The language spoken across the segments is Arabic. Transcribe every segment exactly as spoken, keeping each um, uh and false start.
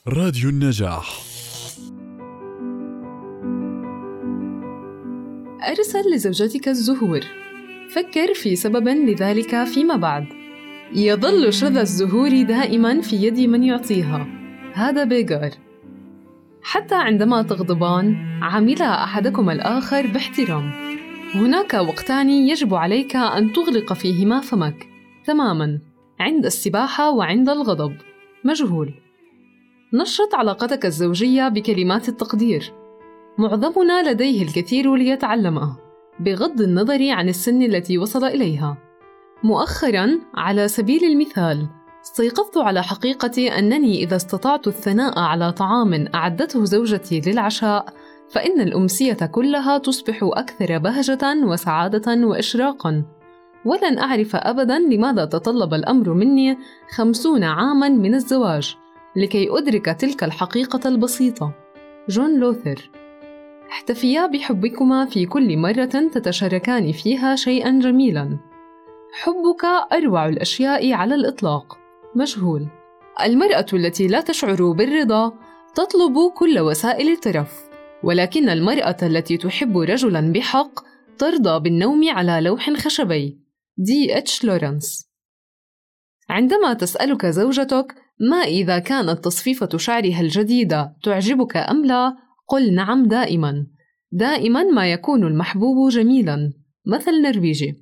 راديو النجاح. أرسل لزوجتك الزهور. فكر في سبب لذلك فيما بعد. يظل شذا الزهور دائماً في يد من يعطيها. هذا بيغار. حتى عندما تغضبان، عاملا أحدكما الآخر باحترام. هناك وقتان يجب عليك أن تغلق فيهما فمك تماماً، عند السباحة وعند الغضب. مجهول. نشط علاقتك الزوجية بكلمات التقدير. معظمنا لديه الكثير ليتعلمه، بغض النظر عن السن التي وصل إليها. مؤخراً، على سبيل المثال، استيقظت على حقيقة أنني إذا استطعت الثناء على طعام أعدته زوجتي للعشاء، فإن الأمسية كلها تصبح أكثر بهجة وسعادة وإشراقاً. ولن أعرف أبداً لماذا تطلب الأمر مني خمسون عاماً من الزواج لكي أدرك تلك الحقيقة البسيطة. جون لوثر. احتفيا بحبكما في كل مرة تتشاركان فيها شيئاً جميلاً. حبك أروع الأشياء على الإطلاق. مجهول. المرأة التي لا تشعر بالرضا تطلب كل وسائل الترف، ولكن المرأة التي تحب رجلاً بحق ترضى بالنوم على لوح خشبي. دي إتش لورنس. عندما تسألك زوجتك ما إذا كانت تصفيفة شعرها الجديدة تعجبك أم لا، قل نعم دائماً. دائماً ما يكون المحبوب جميلاً، مثل نرويجي.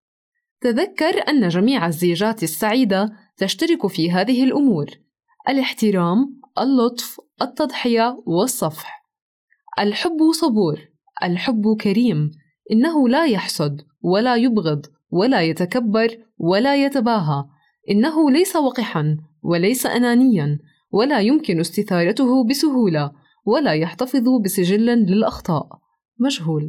تذكر أن جميع الزيجات السعيدة تشترك في هذه الأمور: الاحترام، اللطف، التضحية، والصفح. الحب صبور، الحب كريم، إنه لا يحسد ولا يبغض ولا يتكبر ولا يتباهى، إنه ليس وقحاً وليس أنانياً، ولا يمكن استثارته بسهولة، ولا يحتفظ بسجل للأخطاء. مجهول.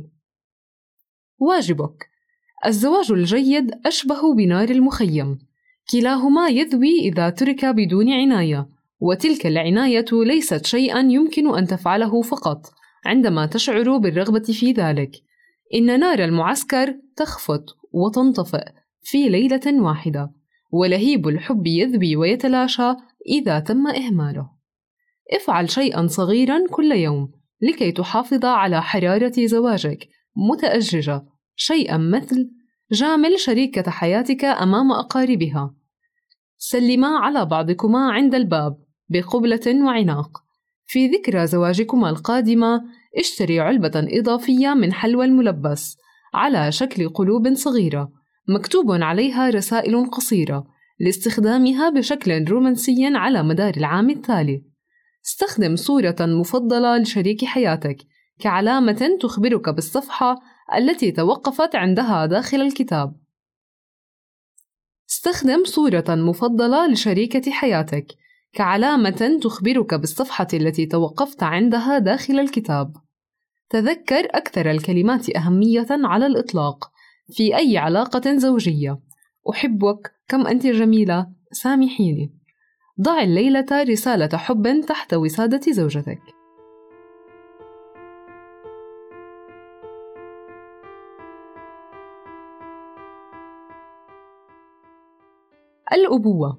واجبك. الزواج الجيد أشبه بنار المخيم، كلاهما يذوي إذا ترك بدون عناية، وتلك العناية ليست شيئاً يمكن أن تفعله فقط عندما تشعر بالرغبة في ذلك. إن نار المعسكر تخفت وتنطفئ في ليلة واحدة، ولهيب الحب يذوي ويتلاشى إذا تم إهماله. افعل شيئاً صغيراً كل يوم لكي تحافظ على حرارة زواجك متأججة، شيئاً مثل جامل شريكة حياتك أمام أقاربها. سلما على بعضكما عند الباب بقبلة وعناق. في ذكرى زواجكما القادمة، اشتري علبة إضافية من حلوى الملبس على شكل قلوب صغيرة مكتوب عليها رسائل قصيرة لاستخدامها بشكل رومانسي على مدار العام التالي. استخدم صورة مفضلة لشريك حياتك كعلامة تخبرك بالصفحة التي توقفت عندها داخل الكتاب. استخدم صورة مفضلة لشريكة حياتك كعلامة تخبرك بالصفحة التي توقفت عندها داخل الكتاب. تذكر أكثر الكلمات أهمية على الإطلاق في أي علاقة زوجية: أحبك، كم أنت جميلة، سامحيني. ضع الليلة رسالة حب تحت وسادة زوجتك. الأبوة.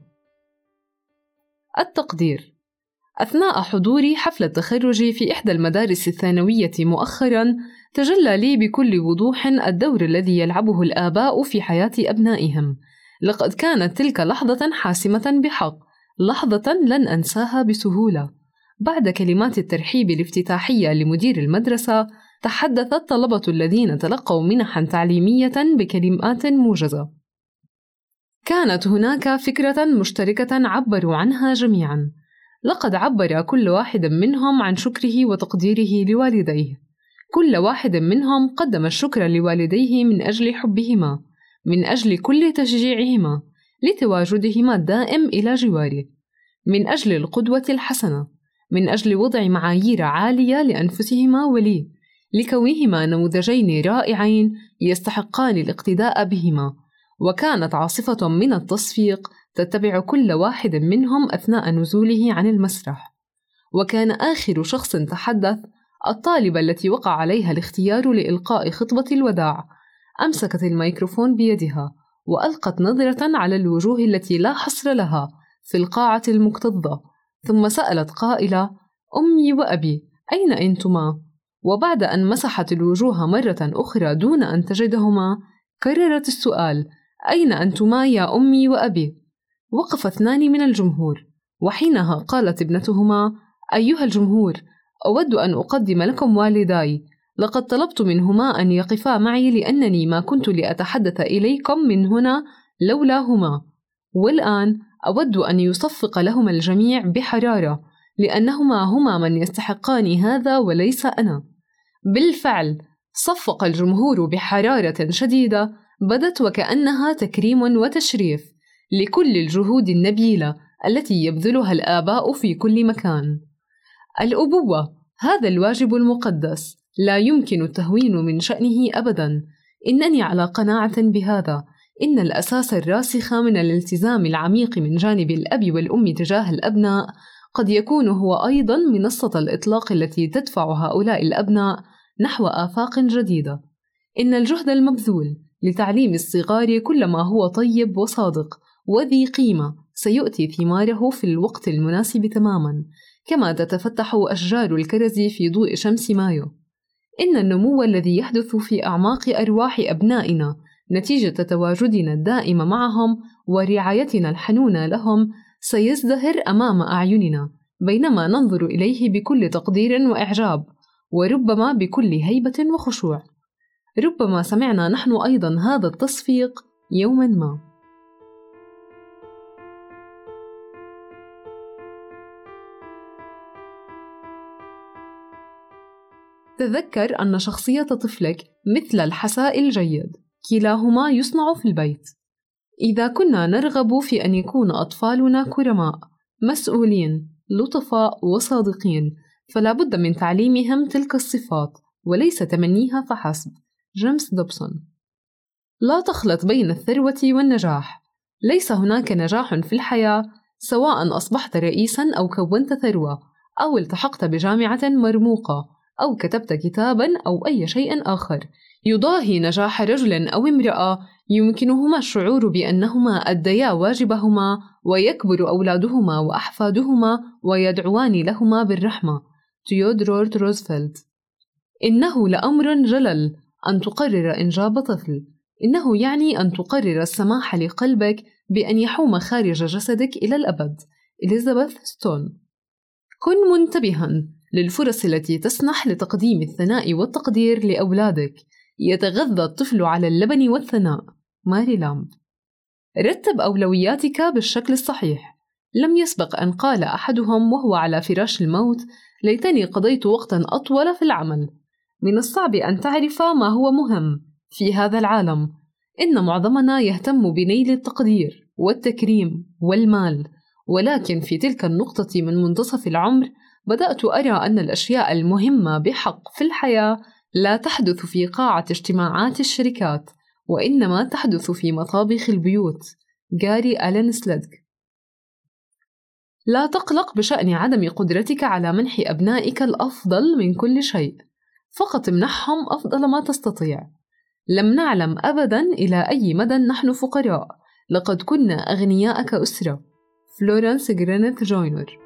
التقدير. أثناء حضوري حفل التخرج في إحدى المدارس الثانوية مؤخراً، تجلى لي بكل وضوح الدور الذي يلعبه الآباء في حياة أبنائهم. لقد كانت تلك لحظة حاسمة بحق، لحظة لن أنساها بسهولة. بعد كلمات الترحيب الافتتاحية لمدير المدرسة، تحدث الطلبة الذين تلقوا منحاً تعليمية بكلمات موجزة. كانت هناك فكرة مشتركة عبروا عنها جميعاً. لقد عبر كل واحد منهم عن شكره وتقديره لوالديه. كل واحد منهم قدم الشكر لوالديه من أجل حبهما، من أجل كل تشجيعهما، لتواجدهما الدائم إلى جواره، من أجل القدوة الحسنة، من أجل وضع معايير عالية لأنفسهما ولي، لكونهما نموذجين رائعين يستحقان الاقتداء بهما. وكانت عاصفة من التصفيق تتبع كل واحد منهم أثناء نزوله عن المسرح. وكان آخر شخص تحدث الطالبة التي وقع عليها الاختيار لإلقاء خطبة الوداع. أمسكت الميكروفون بيدها وألقت نظرة على الوجوه التي لا حصر لها في القاعة المكتظة، ثم سألت قائلة: أمي وأبي أين أنتما؟ وبعد أن مسحت الوجوه مرة أخرى دون أن تجدهما، كررت السؤال: أين أنتما يا أمي وأبي؟ وقف اثنان من الجمهور، وحينها قالت ابنتهما: أيها الجمهور، أود أن أقدم لكم والداي، لقد طلبت منهما أن يقفا معي لأنني ما كنت لأتحدث إليكم من هنا لولاهما، والآن أود أن يصفق لهما الجميع بحرارة، لأنهما هما من يستحقان هذا وليس أنا. بالفعل صفق الجمهور بحرارة شديدة بدت وكأنها تكريم وتشريف لكل الجهود النبيلة التي يبذلها الآباء في كل مكان. الأبوة هذا الواجب المقدس لا يمكن التهوين من شأنه أبداً. إنني على قناعة بهذا. إن الأساس الراسخ من الالتزام العميق من جانب الأب والأم تجاه الأبناء قد يكون هو أيضاً منصة الإطلاق التي تدفع هؤلاء الأبناء نحو آفاق جديدة. إن الجهد المبذول لتعليم الصغار كل ما هو طيب وصادق وذي قيمة سيؤتي ثماره في الوقت المناسب تماماً، كما تتفتح أشجار الكرز في ضوء شمس مايو. إن النمو الذي يحدث في أعماق أرواح أبنائنا نتيجة تواجدنا الدائم معهم ورعايتنا الحنونة لهم سيزدهر أمام أعيننا، بينما ننظر إليه بكل تقدير وإعجاب، وربما بكل هيبة وخشوع. ربما سمعنا نحن أيضاً هذا التصفيق يوماً ما. تذكر أن شخصية طفلك مثل الحساء الجيد، كلاهما يصنع في البيت. إذا كنا نرغب في أن يكون أطفالنا كرماء، مسؤولين، لطفاء وصادقين، فلا بد من تعليمهم تلك الصفات وليس تمنيها فحسب. جيمس دوبسون. لا تخلط بين الثروة والنجاح. ليس هناك نجاح في الحياة سواء أصبحت رئيساً أو كونت ثروة أو التحقت بجامعة مرموقة أو كتبت كتاباً أو أي شيء آخر يضاهي نجاح رجل أو امرأة يمكنهما الشعور بأنهما أديا واجبهما ويكبر أولادهما وأحفادهما ويدعوان لهما بالرحمة. تيودور روزفلت. إنه لأمر جلل أن تقرر إنجاب طفل. إنه يعني أن تقرر السماح لقلبك بأن يحوم خارج جسدك إلى الأبد. إليزابيث ستون. كن منتبهاً للفرص التي تسنح لتقديم الثناء والتقدير لأولادك. يتغذى الطفل على اللبن والثناء. ماري لامب. رتب أولوياتك بالشكل الصحيح. لم يسبق أن قال أحدهم وهو على فراش الموت: ليتني قضيت وقتاً أطول في العمل. من الصعب أن تعرف ما هو مهم في هذا العالم. إن معظمنا يهتم بنيل التقدير والتكريم والمال، ولكن في تلك النقطة من منتصف العمر بدأت أرى أن الأشياء المهمة بحق في الحياة لا تحدث في قاعة اجتماعات الشركات، وإنما تحدث في مطابخ البيوت. جاري ألين سليدك. لا تقلق بشأن عدم قدرتك على منح أبنائك الأفضل من كل شيء، فقط امنحهم أفضل ما تستطيع. لم نعلم أبداً إلى أي مدى نحن فقراء، لقد كنا أغنياء كأسرة. فلورنس غرينيث جوينر.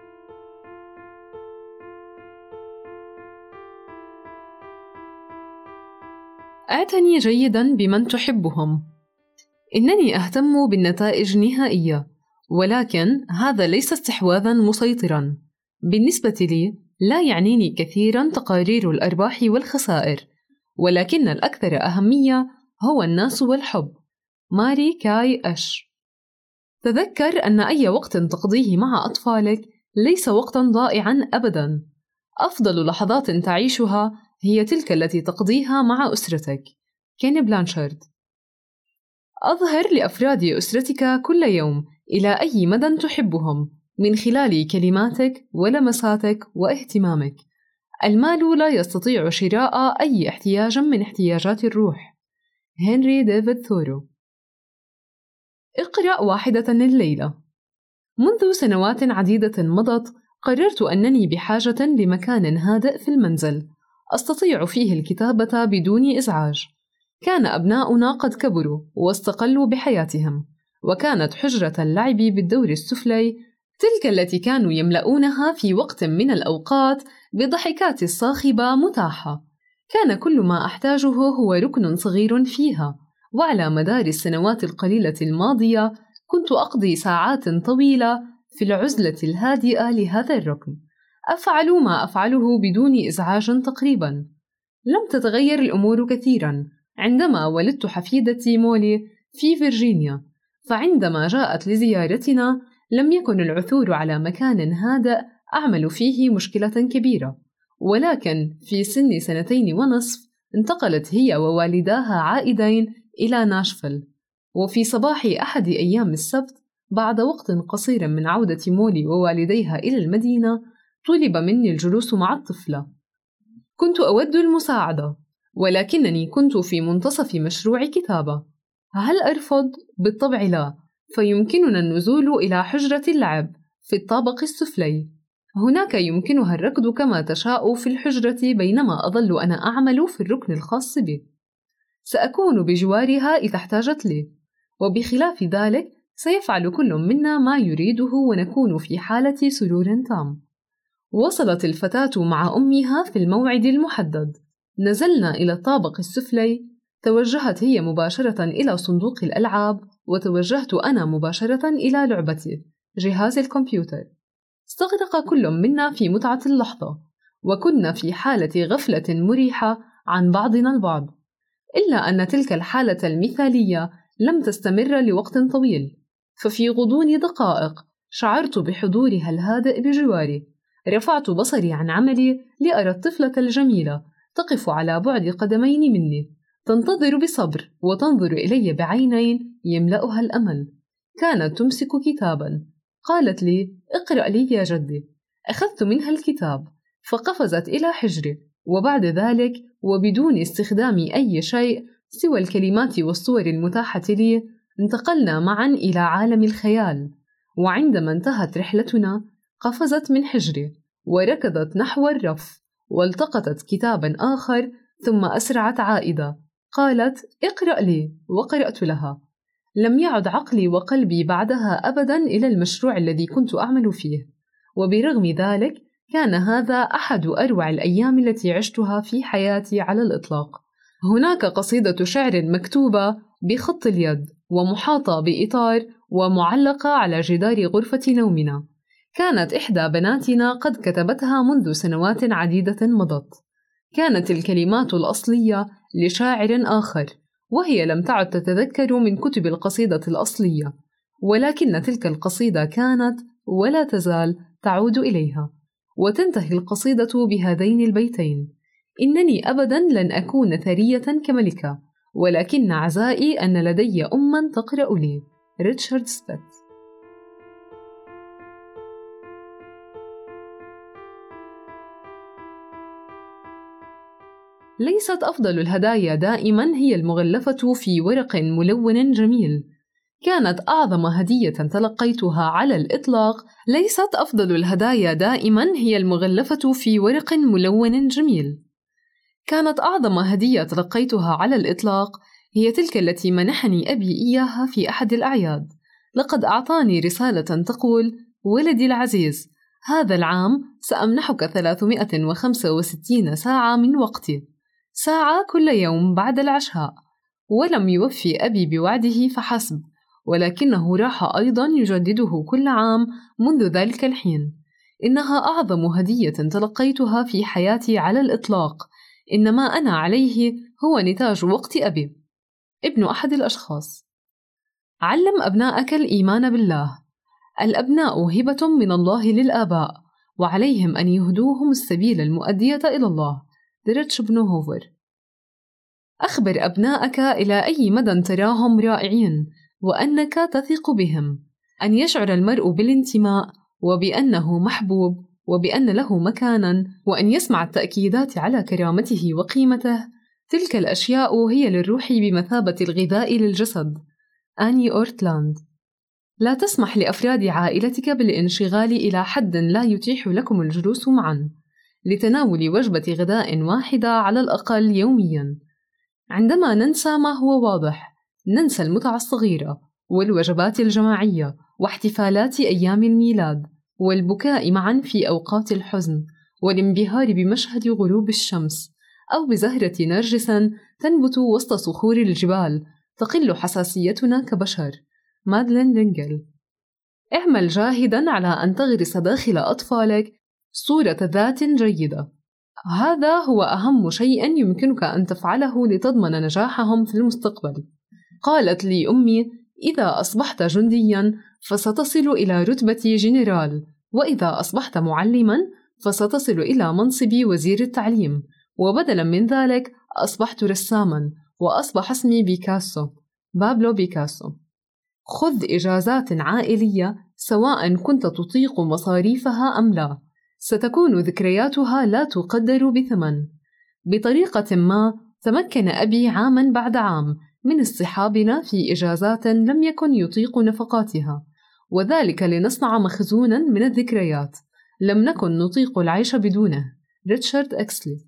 اعتني جيداً بمن تحبهم. إنني أهتم بالنتائج النهائية، ولكن هذا ليس استحواذاً مسيطراً. بالنسبة لي لا يعنيني كثيراً تقارير الأرباح والخسائر، ولكن الأكثر أهمية هو الناس والحب. ماري كاي أش. تذكر أن أي وقت تقضيه مع أطفالك ليس وقتاً ضائعاً أبداً. أفضل لحظات تعيشها هي تلك التي تقضيها مع أسرتك. كين بلانشارد. أظهر لأفراد أسرتك كل يوم إلى أي مدى تحبهم من خلال كلماتك ولمساتك واهتمامك. المال لا يستطيع شراء أي احتياج من احتياجات الروح. هنري ديفيد ثورو. اقرأ واحدة الليلة. منذ سنوات عديدة مضت قررت أنني بحاجة لمكان هادئ في المنزل أستطيع فيه الكتابة بدون إزعاج. كان أبناؤنا قد كبروا واستقلوا بحياتهم، وكانت حجرة اللعب بالدور السفلي تلك التي كانوا يملؤونها في وقت من الأوقات بضحكات الصاخبة متاحة. كان كل ما أحتاجه هو ركن صغير فيها، وعلى مدار السنوات القليلة الماضية كنت أقضي ساعات طويلة في العزلة الهادئة لهذا الركن، أفعل ما أفعله بدون إزعاج تقريباً. لم تتغير الأمور كثيراً عندما ولدت حفيدتي مولي في فرجينيا، فعندما جاءت لزيارتنا لم يكن العثور على مكان هادئ أعمل فيه مشكلة كبيرة، ولكن في سن سنتين ونصف انتقلت هي ووالداها عائدين إلى ناشفيل. وفي صباح أحد أيام السبت بعد وقت قصير من عودة مولي ووالديها إلى المدينة طلب مني الجلوس مع الطفلة. كنت أود المساعدة، ولكنني كنت في منتصف مشروع كتابة. هل أرفض؟ بالطبع لا، فيمكننا النزول إلى حجرة اللعب في الطابق السفلي. هناك يمكنها الركض كما تشاء في الحجرة بينما أظل أنا أعمل في الركن الخاص بي. سأكون بجوارها إذا احتاجت لي، وبخلاف ذلك سيفعل كل منا ما يريده ونكون في حالة سرور تام. وصلت الفتاة مع أمها في الموعد المحدد. نزلنا إلى الطابق السفلي. توجهت هي مباشرة إلى صندوق الألعاب، وتوجهت أنا مباشرة إلى لعبتي، جهاز الكمبيوتر. استغرق كل منا في متعة اللحظة، وكنا في حالة غفلة مريحة عن بعضنا البعض، إلا أن تلك الحالة المثالية لم تستمر لوقت طويل، ففي غضون دقائق شعرت بحضورها الهادئ بجواري. رفعت بصري عن عملي لأرى الطفلة الجميلة تقف على بعد قدمين مني، تنتظر بصبر وتنظر إلي بعينين يملأها الأمل. كانت تمسك كتاباً. قالت لي: اقرأ لي يا جدي. أخذت منها الكتاب فقفزت إلى حجري، وبعد ذلك وبدون استخدام أي شيء سوى الكلمات والصور المتاحة لي انتقلنا معاً إلى عالم الخيال. وعندما انتهت رحلتنا قفزت من حجري وركضت نحو الرف والتقطت كتاباً آخر ثم أسرعت عائدة. قالت: اقرأ لي، وقرأت لها. لم يعد عقلي وقلبي بعدها أبداً إلى المشروع الذي كنت أعمل فيه، وبرغم ذلك كان هذا أحد أروع الأيام التي عشتها في حياتي على الإطلاق. هناك قصيدة شعر مكتوبة بخط اليد ومحاطة بإطار ومعلقة على جدار غرفة نومنا، كانت إحدى بناتنا قد كتبتها منذ سنوات عديدة مضت. كانت الكلمات الأصلية لشاعر آخر، وهي لم تعد تتذكر من كتب القصيدة الأصلية، ولكن تلك القصيدة كانت ولا تزال تعود إليها. وتنتهي القصيدة بهذين البيتين: إنني أبداً لن أكون ثرية كملكة، ولكن عزائي أن لدي أماً تقرأ لي. ريتشارد سبيت. ليست أفضل الهدايا دائماً هي المغلفة في ورق ملون جميل. كانت أعظم هدية تلقيتها على الإطلاق ليست أفضل الهدايا دائماً هي المغلفة في ورق ملون جميل. كانت أعظم هدية تلقيتها على الإطلاق هي تلك التي منحني أبي إياها في أحد الأعياد. لقد أعطاني رسالة تقول: ولدي العزيز، هذا العام سأمنحك ثلاثمائة وخمسة وستين ساعة من وقتي، ساعة كل يوم بعد العشاء. ولم يوفي أبي بوعده فحسب، ولكنه راح أيضاً يجدده كل عام منذ ذلك الحين. إنها أعظم هدية تلقيتها في حياتي على الإطلاق. إن ما أنا عليه هو نتاج وقت أبي. ابن أحد الأشخاص: علم أبناءك الإيمان بالله. الأبناء هبة من الله للآباء، وعليهم أن يهدوهم السبيل المؤدية إلى الله. ديريتش بنوهوفر. أخبر أبناءك إلى أي مدى تراهم رائعين، وأنك تثق بهم. أن يشعر المرء بالانتماء وبأنه محبوب وبأن له مكاناً، وأن يسمع التأكيدات على كرامته وقيمته. تلك الأشياء هي للروح بمثابة الغذاء للجسد. آني أورتلاند. لا تسمح لأفراد عائلتك بالانشغال إلى حد لا يتيح لكم الجلوس معاً لتناول وجبة غداء واحدة على الأقل يومياً. عندما ننسى ما هو واضح، ننسى المتعة الصغيرة والوجبات الجماعية واحتفالات أيام الميلاد، والبكاء معاً في أوقات الحزن، والانبهار بمشهد غروب الشمس، أو بزهرة نرجس تنبت وسط صخور الجبال. تقل حساسيتنا كبشر. مادلين لينجل. اعمل جاهداً على أن تغرس داخل أطفالك صورة ذات جيدة. هذا هو أهم شيء يمكنك أن تفعله لتضمن نجاحهم في المستقبل. قالت لي أمي: إذا أصبحت جندياً فستصل إلى رتبة جنرال، وإذا أصبحت معلماً فستصل إلى منصب وزير التعليم، وبدلاً من ذلك أصبحت رساماً، وأصبح اسمي بيكاسو، بابلو بيكاسو. خذ إجازات عائلية سواء كنت تطيق مصاريفها أم لا، ستكون ذكرياتها لا تقدر بثمن. بطريقة ما تمكن أبي عاماً بعد عام من اصطحابنا في إجازات لم يكن يطيق نفقاتها، وذلك لنصنع مخزوناً من الذكريات لم نكن نطيق العيش بدونه. ريتشارد إكسلي.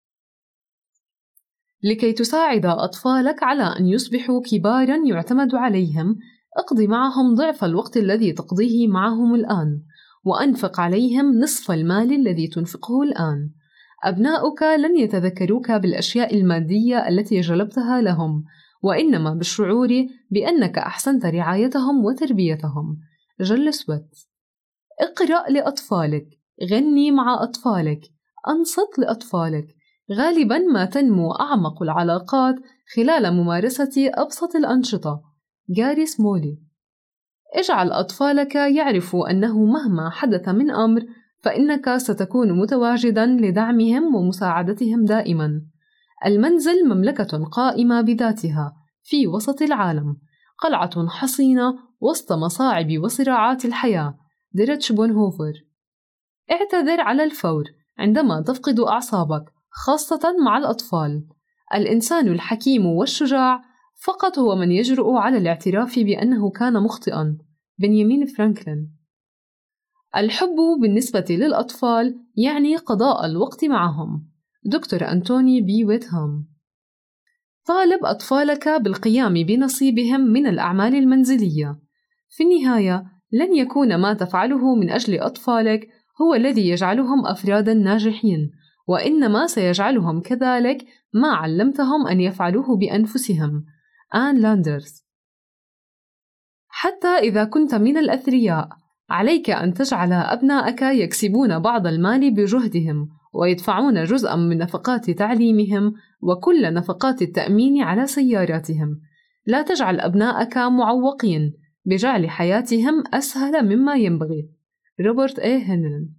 لكي تساعد أطفالك على أن يصبحوا كباراً يعتمد عليهم، اقضِ معهم ضعف الوقت الذي تقضيه معهم الآن، وأنفق عليهم نصف المال الذي تنفقه الآن. أبناؤك لن يتذكروك بالأشياء المادية التي جلبتها لهم، وإنما بالشعور بأنك أحسنت رعايتهم وتربيتهم. جل سويت. اقرأ لأطفالك، غني مع أطفالك، أنصت لأطفالك. غالباً ما تنمو أعمق العلاقات خلال ممارسة أبسط الأنشطة. جاري سمولي. اجعل أطفالك يعرفوا أنه مهما حدث من أمر فإنك ستكون متواجداً لدعمهم ومساعدتهم دائماً. المنزل مملكة قائمة بذاتها في وسط العالم، قلعة حصينة وسط مصاعب وصراعات الحياة. ديريتش بونهوفر. اعتذر على الفور عندما تفقد أعصابك، خاصة مع الأطفال. الإنسان الحكيم والشجاع فقط هو من يجرؤ على الاعتراف بأنه كان مخطئاً. بنيامين فرانكلين. الحب بالنسبة للأطفال يعني قضاء الوقت معهم. دكتور أنتوني بي ويتهام. طالب أطفالك بالقيام بنصيبهم من الأعمال المنزلية. في النهاية لن يكون ما تفعله من أجل أطفالك هو الذي يجعلهم أفراداً ناجحين، وإنما سيجعلهم كذلك ما علمتهم أن يفعلوه بأنفسهم. آن لاندرز. حتى إذا كنت من الأثرياء، عليك أن تجعل أبنائك يكسبون بعض المال بجهدهم ويدفعون جزءاً من نفقات تعليمهم وكل نفقات التأمين على سياراتهم. لا تجعل أبنائك معوقين بجعل حياتهم أسهل مما ينبغي. روبرت إيه هنلن.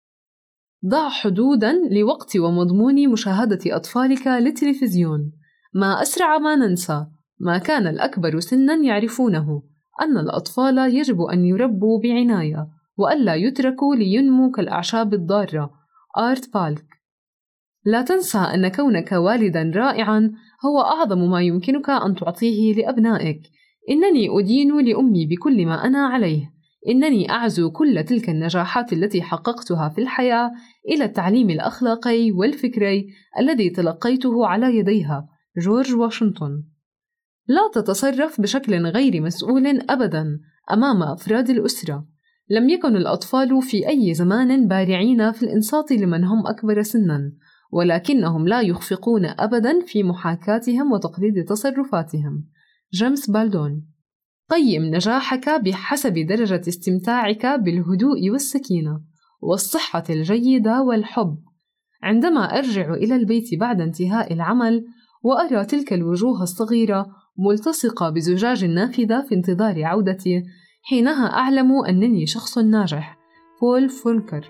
ضع حدوداً لوقت ومضمون مشاهدة أطفالك للتلفزيون. ما أسرع ما ننسى ما كان الأكبر سناً يعرفونه، أن الأطفال يجب أن يربوا بعناية وألا يتركوا لينموا كالأعشاب الضارة. آرت بالك. لا تنسى أن كونك والداً رائعاً هو أعظم ما يمكنك أن تعطيه لأبنائك. إنني أدين لأمي بكل ما أنا عليه. إنني أعزو كل تلك النجاحات التي حققتها في الحياة إلى التعليم الأخلاقي والفكري الذي تلقيته على يديها. جورج واشنطن. لا تتصرف بشكل غير مسؤول أبداً أمام أفراد الأسرة. لم يكن الأطفال في أي زمان بارعين في الإنصات لمن هم أكبر سناً، ولكنهم لا يخفقون أبداً في محاكاتهم وتقليد تصرفاتهم. جيمس بالدون. قيم نجاحك بحسب درجة استمتاعك بالهدوء والسكينة والصحة الجيدة والحب. عندما أرجع إلى البيت بعد انتهاء العمل وأرى تلك الوجوه الصغيرة ملتصقة بزجاج النافذة في انتظار عودتي، حينها أعلم أنني شخص ناجح. بول فولكر.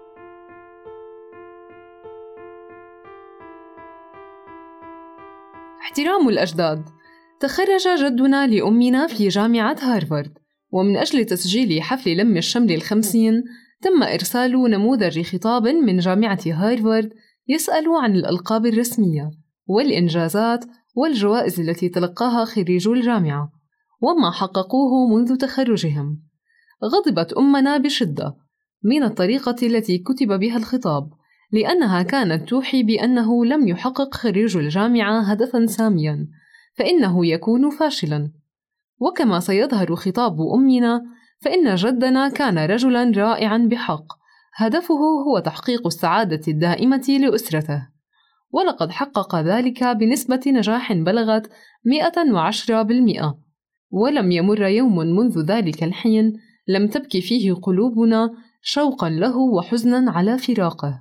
احترام الأجداد. تخرج جدنا لأمنا في جامعة هارفارد، ومن أجل تسجيل حفل لم الشمل الخمسين تم إرسال نموذج خطاب من جامعة هارفارد يسأل عن الألقاب الرسمية والإنجازات والجوائز التي تلقاها خريجو الجامعة وما حققوه منذ تخرجهم. غضبت أمنا بشدة من الطريقة التي كتب بها الخطاب، لأنها كانت توحي بأنه لم يحقق خريج الجامعة هدفاً سامياً فإنه يكون فاشلاً. وكما سيظهر خطاب أمنا فإن جدنا كان رجلاً رائعاً بحق، هدفه هو تحقيق السعادة الدائمة لأسرته، ولقد حقق ذلك بنسبة نجاح بلغت مئة وعشرة بالمئة، ولم يمر يوم منذ ذلك الحين لم تبكي فيه قلوبنا شوقاً له وحزناً على فراقه.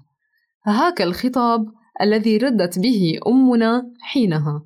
هاك الخطاب الذي ردت به أمنا حينها: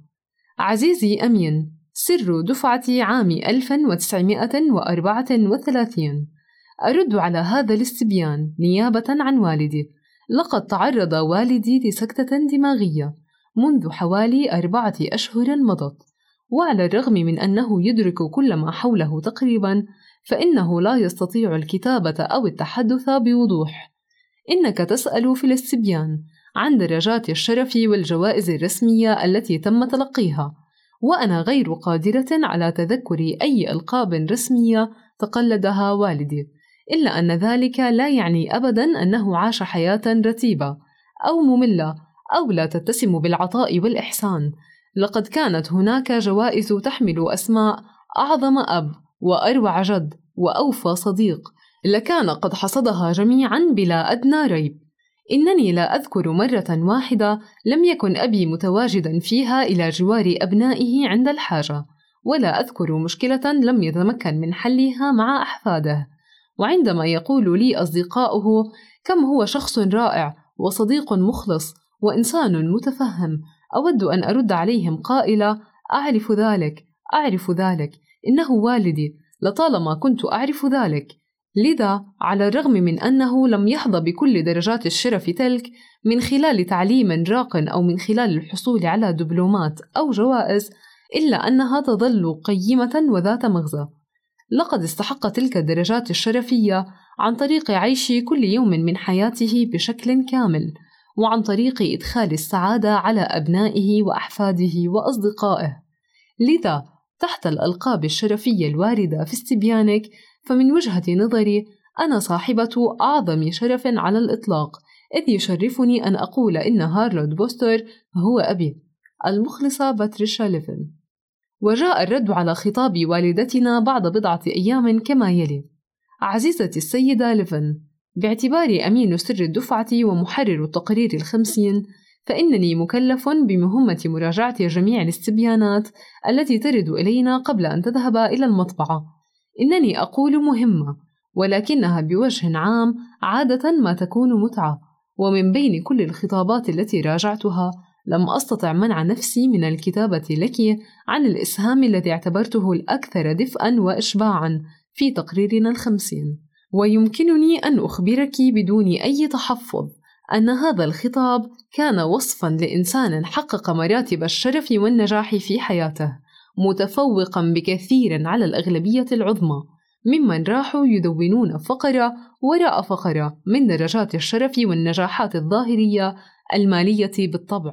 عزيزي أمين، سر دفعتي عام ألف وتسعمائة وأربعة وثلاثين. أرد على هذا الاستبيان نيابة عن والدي. لقد تعرض والدي لسكتة دماغية منذ حوالي أربعة أشهر مضت، وعلى الرغم من أنه يدرك كل ما حوله تقريباً، فإنه لا يستطيع الكتابة أو التحدث بوضوح. إنك تسأل في الاستبيان عن درجات الشرف والجوائز الرسمية التي تم تلقيها، وأنا غير قادرة على تذكر أي ألقاب رسمية تقلدها والدي، إلا أن ذلك لا يعني أبداً أنه عاش حياة رتيبة أو مملة أو لا تتسم بالعطاء والإحسان. لقد كانت هناك جوائز تحمل أسماء أعظم أب وأروع جد وأوفى صديق لكان قد حصدها جميعاً بلا أدنى ريب. إنني لا أذكر مرة واحدة لم يكن أبي متواجداً فيها إلى جوار أبنائه عند الحاجة، ولا أذكر مشكلة لم يتمكن من حلها مع أحفاده. وعندما يقول لي أصدقاؤه كم هو شخص رائع وصديق مخلص وإنسان متفهم، أود أن أرد عليهم قائلة: أعرف ذلك، أعرف ذلك، إنه والدي، لطالما كنت أعرف ذلك. لذا على الرغم من أنه لم يحظى بكل درجات الشرف تلك من خلال تعليم راق أو من خلال الحصول على دبلومات أو جوائز، إلا أنها تظل قيمة وذات مغزى. لقد استحق تلك الدرجات الشرفية عن طريق عيش كل يوم من حياته بشكل كامل، وعن طريق إدخال السعادة على أبنائه وأحفاده وأصدقائه. لذا تحت الألقاب الشرفية الواردة في استبيانك، فمن وجهة نظري أنا صاحبة أعظم شرف على الإطلاق، إذ يشرفني أن أقول إن هارولد بوستر هو أبي. المخلصة باتريشا ليفن. وجاء الرد على خطاب والدتنا بعد بضعة أيام كما يلي: عزيزتي السيدة ليفن، باعتباري أمين سر الدفعة ومحرر التقرير الخمسين، فإنني مكلف بمهمة مراجعة جميع الاستبيانات التي ترد إلينا قبل أن تذهب إلى المطبعة. إنني أقول مهمة، ولكنها بوجه عام عادة ما تكون متعة، ومن بين كل الخطابات التي راجعتها لم أستطع منع نفسي من الكتابة لك عن الإسهام الذي اعتبرته الأكثر دفئاً وإشباعاً في تقريرنا الخمسين. ويمكنني أن أخبرك بدون أي تحفظ أن هذا الخطاب كان وصفاً لإنسان حقق مراتب الشرف والنجاح في حياته، متفوقاً بكثير على الأغلبية العظمى ممن راحوا يدونون فقرة وراء فقرة من درجات الشرف والنجاحات الظاهرية المالية بالطبع.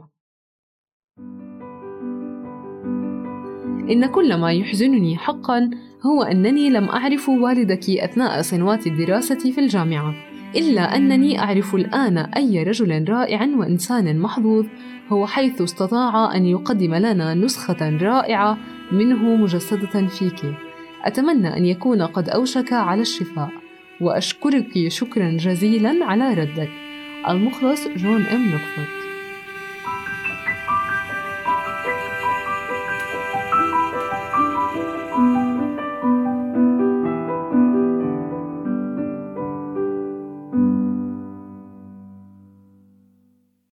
إن كل ما يحزنني حقاً هو أنني لم أعرف والدك أثناء سنوات الدراسة في الجامعة، إلا أنني أعرف الآن أي رجل رائع وإنسان محظوظ هو، حيث استطاع أن يقدم لنا نسخة رائعة منه مجسدة فيك. أتمنى أن يكون قد أوشك على الشفاء، وأشكرك شكراً جزيلاً على ردك. المخلص جون إم نوكفورد.